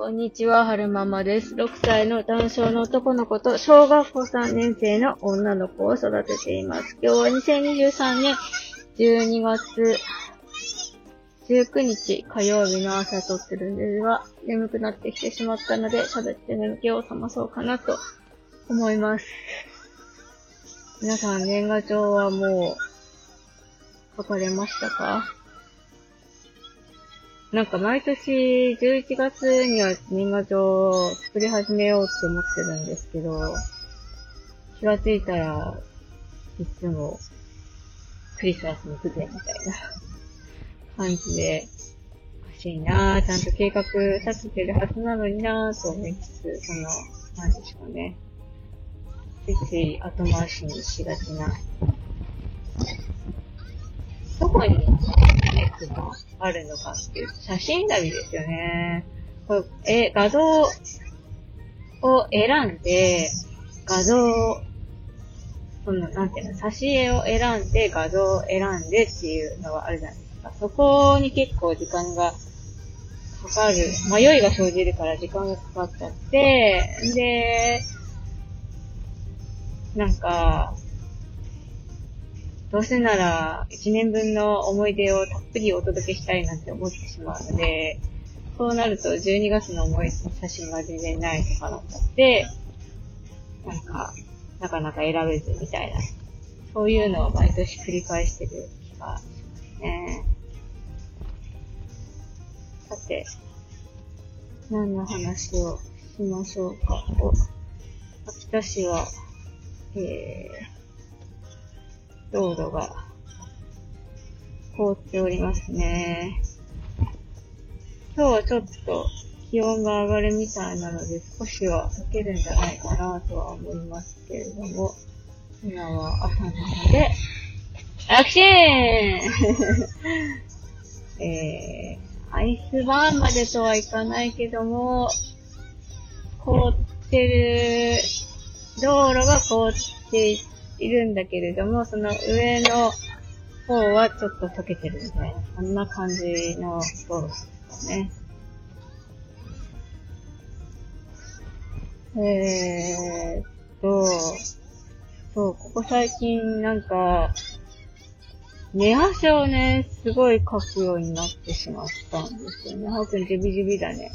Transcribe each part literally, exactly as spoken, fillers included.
こんにちは、はるままです。ろくさいの男性の男の子と小学校さんねん生の女の子を育てています。今日はにせんにじゅうさんねんじゅうにがつじゅうくにち火曜日の朝撮ってるんですが、眠くなってきてしまったので喋って眠気を覚まそうかなと思います。皆さん年賀状はもう書かれましたか？なんか毎年じゅういちがつには年賀状を作り始めようって思ってるんですけど、気がついたらいつもクリスマスの不前みたいな感じで、おかしいなぁ、ちゃんと計画立ててるはずなのになぁと思いつつ、その、なんでしょうね。ついつい後回しにしがちな。どこに熱があるのかっていう写真旅ですよね。これえ画像を選んで、画像を、その、なんていうの、挿絵を選んで、画像を選んでっていうのがあるじゃないですか。そこに結構時間がかかる。迷いが生じるから時間がかかっちゃって、で、なんか、どうせなら一年分の思い出をたっぷりお届けしたいなんて思ってしまうので、そうなるとじゅうにがつの思い出の写真が全然ないとかなっちゃって、なんか、なかなか選べずみたいな。そういうのを毎年繰り返してる気がしますね。さて、何の話をしましょうか。お、秋田市は、えー、道路が凍っておりますね。今日はちょっと気温が上がるみたいなので少しは溶けるんじゃないかなとは思いますけれども、今は朝なので、アクションえー、アイスバーンまでとはいかないけども、凍ってる、道路が凍っているんだけれども、その上の方はちょっと溶けてるみたいな、そんな感じの道路ですかね。えーっと、そう、ここ最近なんか、寝汗をね、すごいかくようになってしまったんですよね。はくんジビジビだね。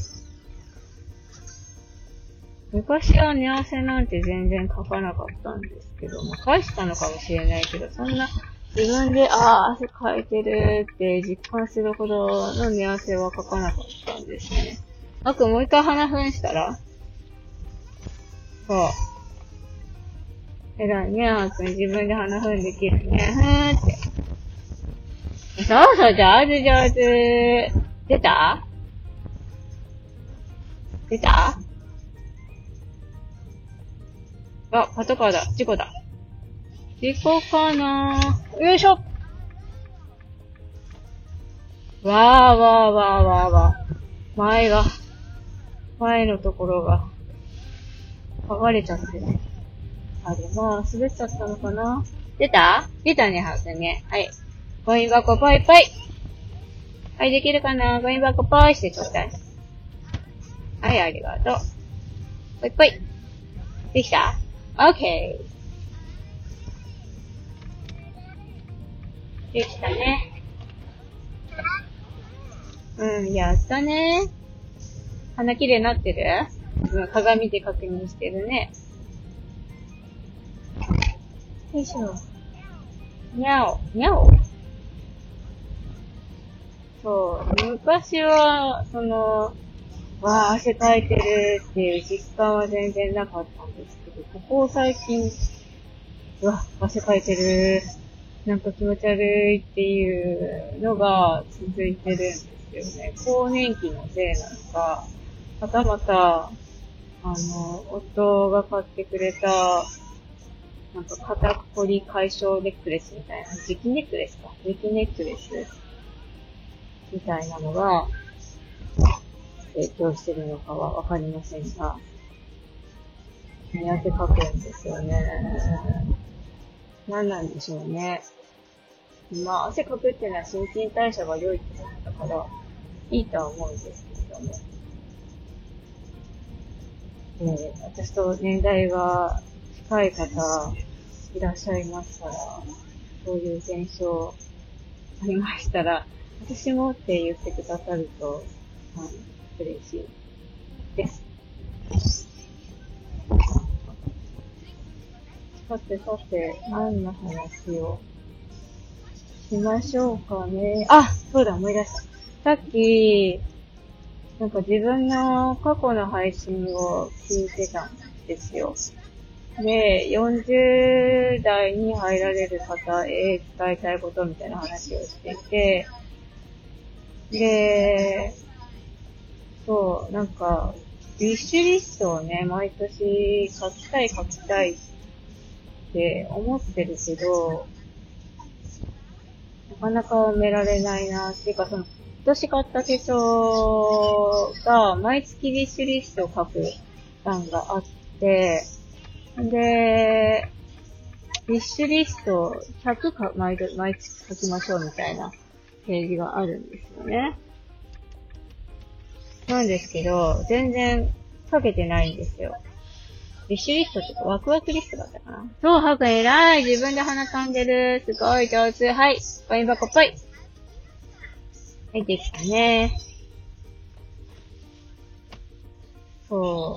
昔は寝汗なんて全然かかなかったんですけど、まあ、返したのかもしれないけど、そんな自分で、ああ、汗かいてるって実感するほどの寝汗はかかなかったんですね。あくんもう一回鼻ふんしたらそう。えらいね、あくん自分で鼻ふんできるね。ふーんって。そうそう、上手上手。出た出たあ、パトカーだ。事故だ。事故かなぁ。よいしょ。わーわーわーわーわー。前が、前のところが、剥がれちゃってね。あれ、まあ、滑っちゃったのかな。出た出たね、はずね。はい。ゴミ箱ぽいぽい。はい、できるかなゴミ箱ぽいしてちょうだい。はい、ありがとう。ぽいぽい。できた？オッケー。できたね。うん、やったね。鼻きれいになってる？鏡で確認してるね。よいしょ。にゃお、にゃお。そう、昔は、その、わー、汗かいてるっていう実感は全然なかったんですけど、ここ最近、うわ、汗かいてる、なんか気持ち悪いっていうのが続いてるんですよね。更年期のせいなのか、またまた、あの、夫が買ってくれた、なんか肩こり解消ネックレスみたいな、磁気ネックレスか。磁気ネックレスみたいなのが、影響してるのかはわかりませんが、寝汗かくんですよね。何なんでしょうね。まあ、汗かくっていうのは新陳代謝が良いってことだから、いいとは思うんですけれども。 えー、私と年代が近い方いらっしゃいましたら、そういう現象ありましたら、私もって言ってくださると、はい、嬉しいです。さてさて、何の話をしましょうかね。あ、そうだ、思い出した。さっき、なんか自分の過去の配信を聞いてたんですよ。で、よんじゅう代に入られる方へ伝えたいことみたいな話をしてて、で、そう、なんか、ウィッシュリストをね、毎年書きたい書きたいって思ってるけど、なかなか埋められないなっていうか、その、今年買った手帳が毎月ウィッシュリストを書く欄があって、で、ウィッシュリストひゃくか毎毎月書きましょうみたいなページがあるんですよね。なんですけど、全然書けてないんですよ。ウィッシュリストってかワクワクリストだったかな。そう、はく偉い。自分で鼻かんでる。すごい上手。はい。ゴミ箱ぽい。はい、できたね。そう。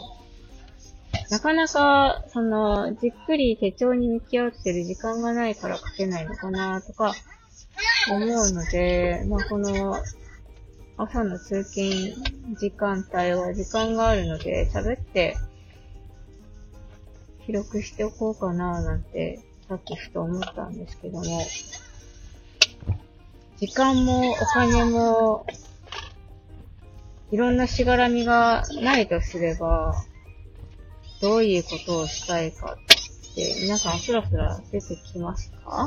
なかなか、その、じっくり手帳に向き合ってる時間がないから書けないのかなとか思うので、まあこの、朝の通勤時間帯は時間があるので、喋って記録しておこうかななんて、さっきふと思ったんですけども、時間もお金も、いろんなしがらみがないとすれば、どういうことをしたいかって、皆さんスラスラ出てきますか？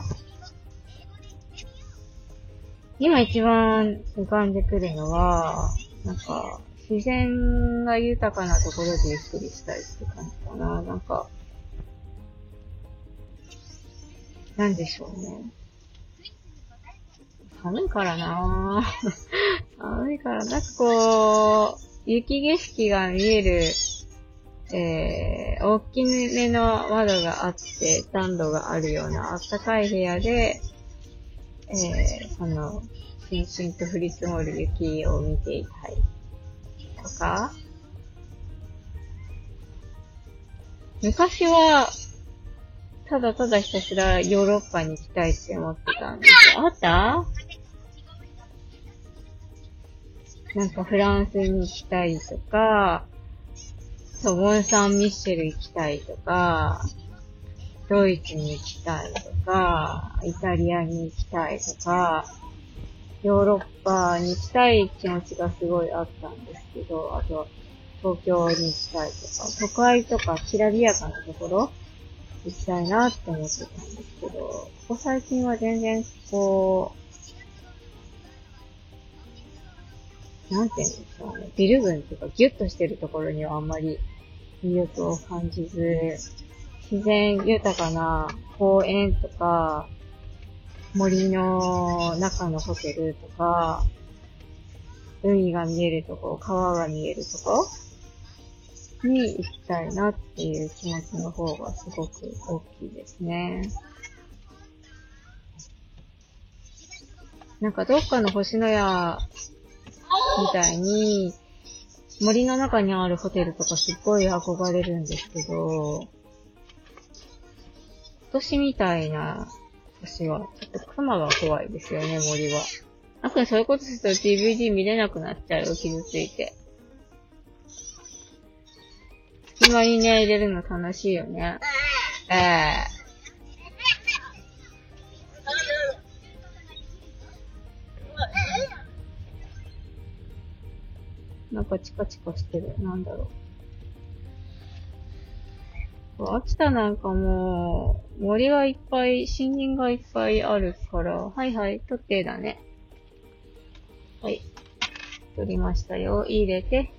今一番浮かんでくるのは、なんか、自然が豊かなところでゆっくりしたいって感じかな。なんか、なんでしょうね。寒いからなぁ。寒いから、なんかこう、雪景色が見える、えー、大きめの窓があって、暖炉があるような暖かい部屋で、えー、その、しんしんと降り積もる雪を見ていたいとか、昔は、ただただひたすらヨーロッパに行きたいって思ってたんですよ。あった？なんかフランスに行きたいとか、そう、モンサンミッシェル行きたいとか、ドイツに行きたいとか、イタリアに行きたいとか、ヨーロッパに行きたい気持ちがすごいあったんですけど、あと、東京に行きたいとか、都会とかきらびやかなところ行きたいなって思ってたんですけど、ここ最近は全然こう、なんていうんですかね、ビル群とかギュッとしてるところにはあんまり魅力を感じず、自然豊かな公園とか、森の中のホテルとか、海が見えるとこ、川が見えるとこに行きたいなっていう気持ちの方がすごく大きいですね。なんかどっかの星のやみたいに森の中にあるホテルとかすっごい憧れるんですけど、今年みたいな星はちょっと熊が怖いですよね、森は。あとそういうことすると ディーブイディー 見れなくなっちゃうよ、傷ついて。隙間にね、入れるの楽しいよね。ええー。なんかチカチカしてる。なんだろう。秋田なんかもう、森がいっぱい、森林がいっぱいあるから、はいはい、取ってだね。はい。取りましたよ。入れて。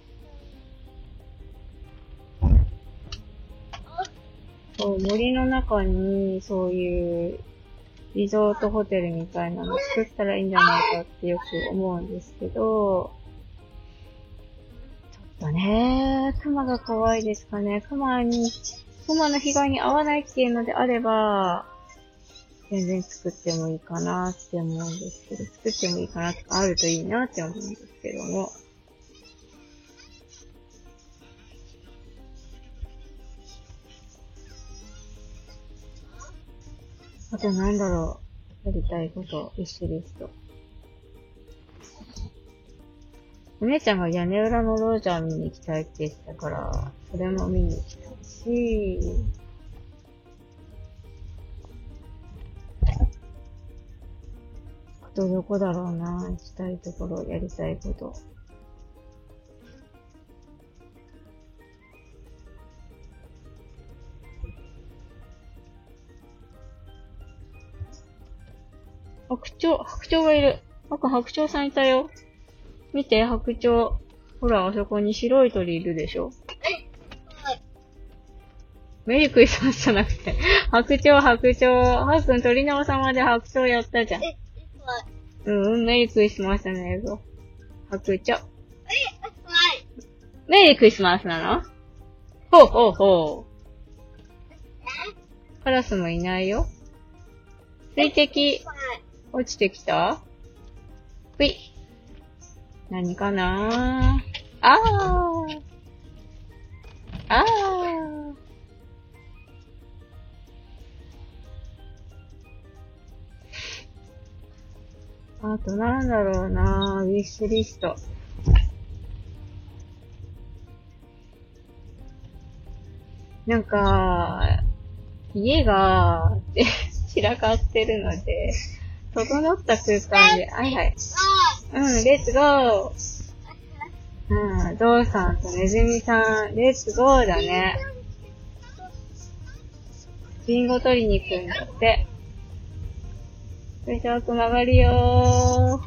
そう、森の中に、そういう、リゾートホテルみたいなの作ったらいいんじゃないかってよく思うんですけど、ちとね、熊が怖いですかね。熊に、熊の被害に遭わないっていうのであれば、全然作ってもいいかなって思うんですけど、作ってもいいかなとかあるといいなって思うんですけども。あとなんだろう。やりたいこと、ウィッシュリスト。お姉ちゃんが屋根裏のロージャー見に行きたいって言ってたから、それも見に行きたいし、あとどこだろうな、行きたいところ、やりたいこと。白鳥、白鳥がいる。なんか白鳥さんいたよ。見て、白鳥。ほら、あそこに白い鳥いるでしょ。メリークリスマスじゃなくて。白鳥、白鳥。はっくん、鳥の王様で白鳥やったじゃん。うん、メリークリスマスの映像。白鳥。メリークリスマスなの？ほうほうほう。カラスもいないよ。水滴、落ちてきた？ぷい。何かなー？あー。あー。あとなんだろうなー、ウィッシュリスト。なんか、家が散らかってるので、整った空間で、はいはい。うん、レッツゴー。うん、ゾウさんとネズミさん、レッツゴーだね。リンゴ取りに行くんだって。よいしょ、曲がるよ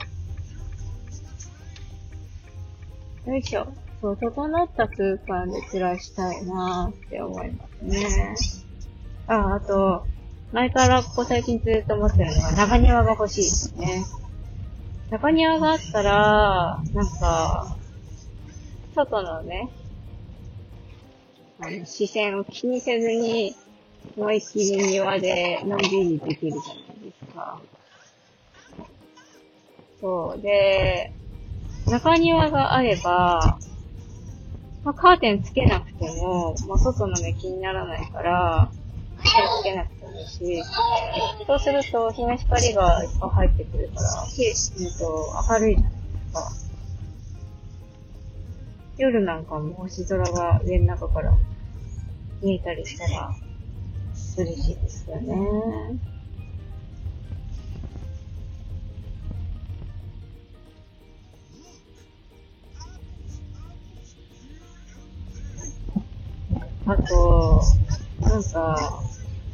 ー。よいしょ。そう、整った空間で暮らしたいなーって思いますね。あ、あと、前からここ最近ずっと思ってるのが中庭が欲しいですね。中庭があったら、なんか、外のね、あの視線を気にせずに、思いっきり庭でのんびりできるじゃないですか。そう。で、中庭があれば、まあ、カーテンつけなくても、まあ、外の目気にならないから、つけなくてもいいし、そうすると日の光がいっぱい入ってくるから、きれいと明るいじゃないですか。夜なんかも星空が家の中から見えたりしたら嬉しいですよね。あと、なんか、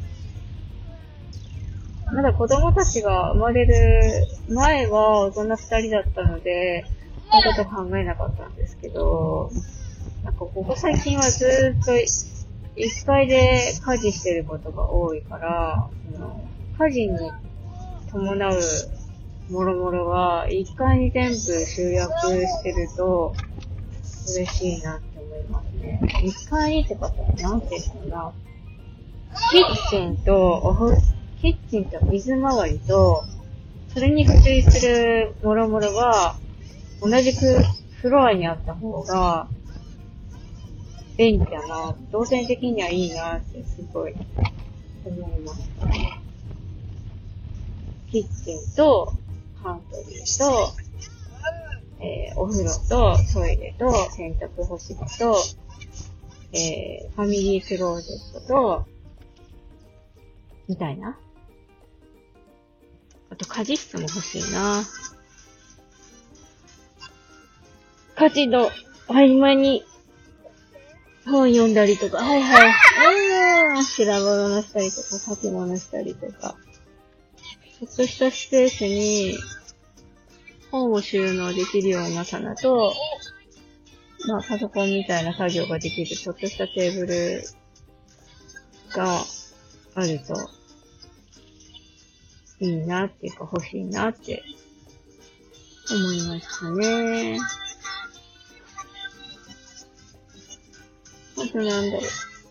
まだ子供たちが生まれる前は大人二人だったので、そういうこと考えなかったんですけど、なんかここ最近はずーっと一階で家事してることが多いから、その家事に伴うもろもろが一階に全部集約してると嬉しいなって思いますね。一階にってことはなんていうのかな。キッチンとおふ、キッチンと水回りと、それに付随するもろもろが同じくフロアにあった方が便利だな、動線的にはいいなってすごい思いますね。キッチンとパントリーと、えー、お風呂とトイレと洗濯干し場と、えー、ファミリークローゼットと、みたいな。あと家事室も欲しいな。家事の合間に本読んだりとか、はいはい。うーん、調べ物したりとか、書き物したりとか。ちょっとしたスペースに本を収納できるような棚と、まあパソコンみたいな作業ができるちょっとしたテーブルがあるといいなっていうか欲しいなって思いましたね。 となんだろう。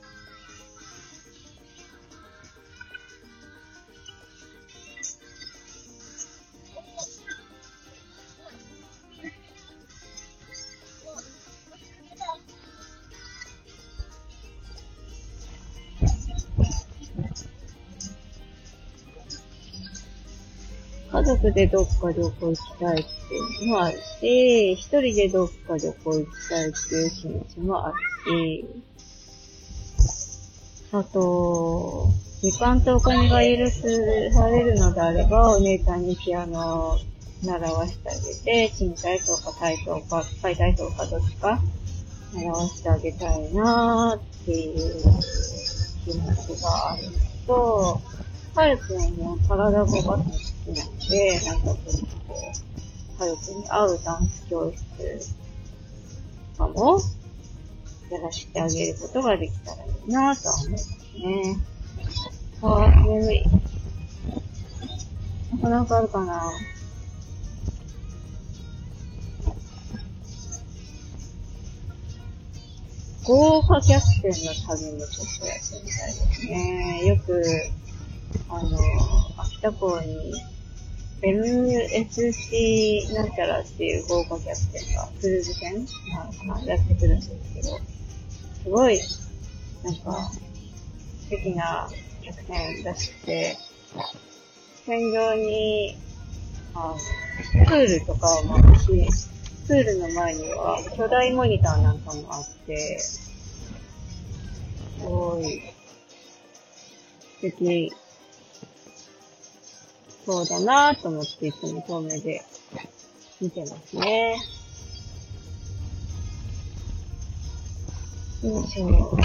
家族でどっか旅行行きたいっていうのもあるし、一人でどっか旅行行きたいっていう気持ちもあるし、あと、時間とお金が許されるのであれば、お姉ちゃんにピアノを習わせてあげて、新体操か体操か、スパイ体操かどっちか習わせてあげたいなーっていう気持ちがあると、はるくんも体動かすの好きなので、なんかこう、はるくんに合うダンス教室とかもやらせてあげることができたらいいなとは思いますね。あー、眠い。なんかあるかな。豪華客船の旅もちょっとやってみたいですね。よく、あの、秋田港に エムエスシー なんちゃらっていう豪華客船がクルーズ船なのかなやってくるんですけど、すごい、なんか、素敵な客船出して、船上に、あの、プールとかもあるし、プールの前には巨大モニターなんかもあって、すごい素敵そうだなぁと思っていつも遠目で見てますね。よいしょ。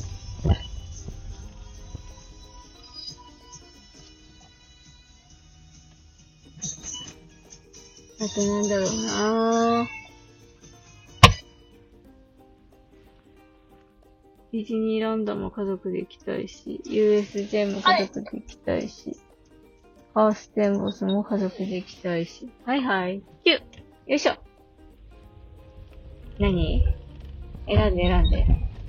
あとなんだろうなぁ。ディズニーランドも家族で行きたいし、ユーエスジェー も家族で行きたいし、ハーステンボスも家族で行きたいし。はいはい。キュッよいしょ。何選んで選んで。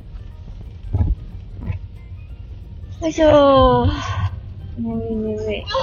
よいしょー。眠い眠い。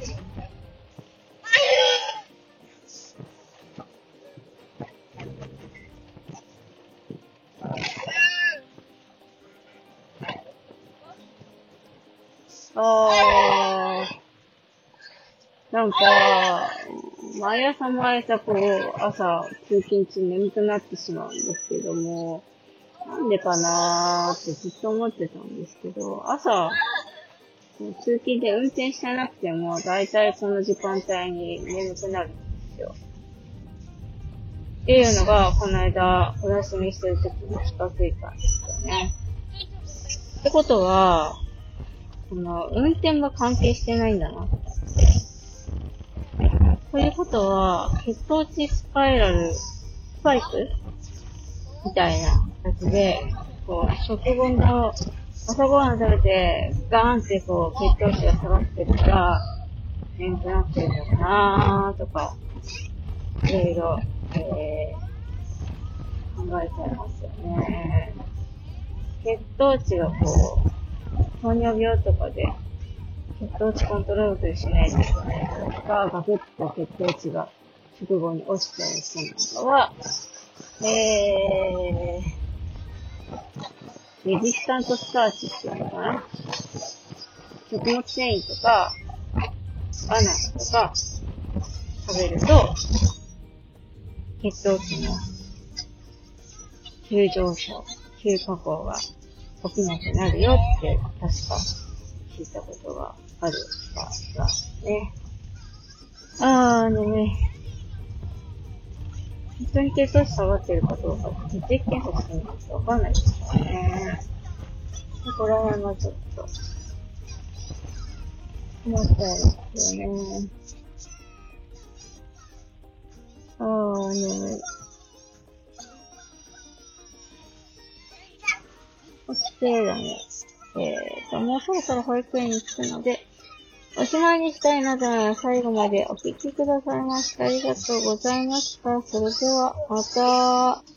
あー。なんか、毎朝毎朝こう、朝、通勤中眠くなってしまうんですけども、なんでかなーってずっと思ってたんですけど、朝、通勤で運転してなくても、だいたいこの時間帯に眠くなるんですよ。っていうのが、この間、お休みしてる時に気がついたんですよね。ってことは、この、運転が関係してないんだな。ということは、血糖値スパイラル、スパイクみたいなやつで、こう、食後の、朝ごはん食べて、ガーンってこう、血糖値が下がってるから、眠くなってるのかなーとか、いろいろ、えー、考えちゃいますよね。血糖値がこう、糖尿病とかで、血糖値コントロールしないといけないとか、ガクッと血糖値が食後に落ちちゃう人なんかは、えー、レジスタントスターチっていうのかな？食物繊維とか、バナナとか食べると、血糖値の急上昇、急下降が起きなくなるよって、確か聞いたことがある気がしますね。あー、眠い。本当に血糖値下がってるかどうか、血液検査してみないとわかんないですからね。ここら辺はちょっと、思っちゃいますよね。あー、眠い。そしてだね、えーと、もうそろそろ保育園に着くので、おしまいにしたいので、最後までお聞きくださいましてありがとうございました。それでは、また。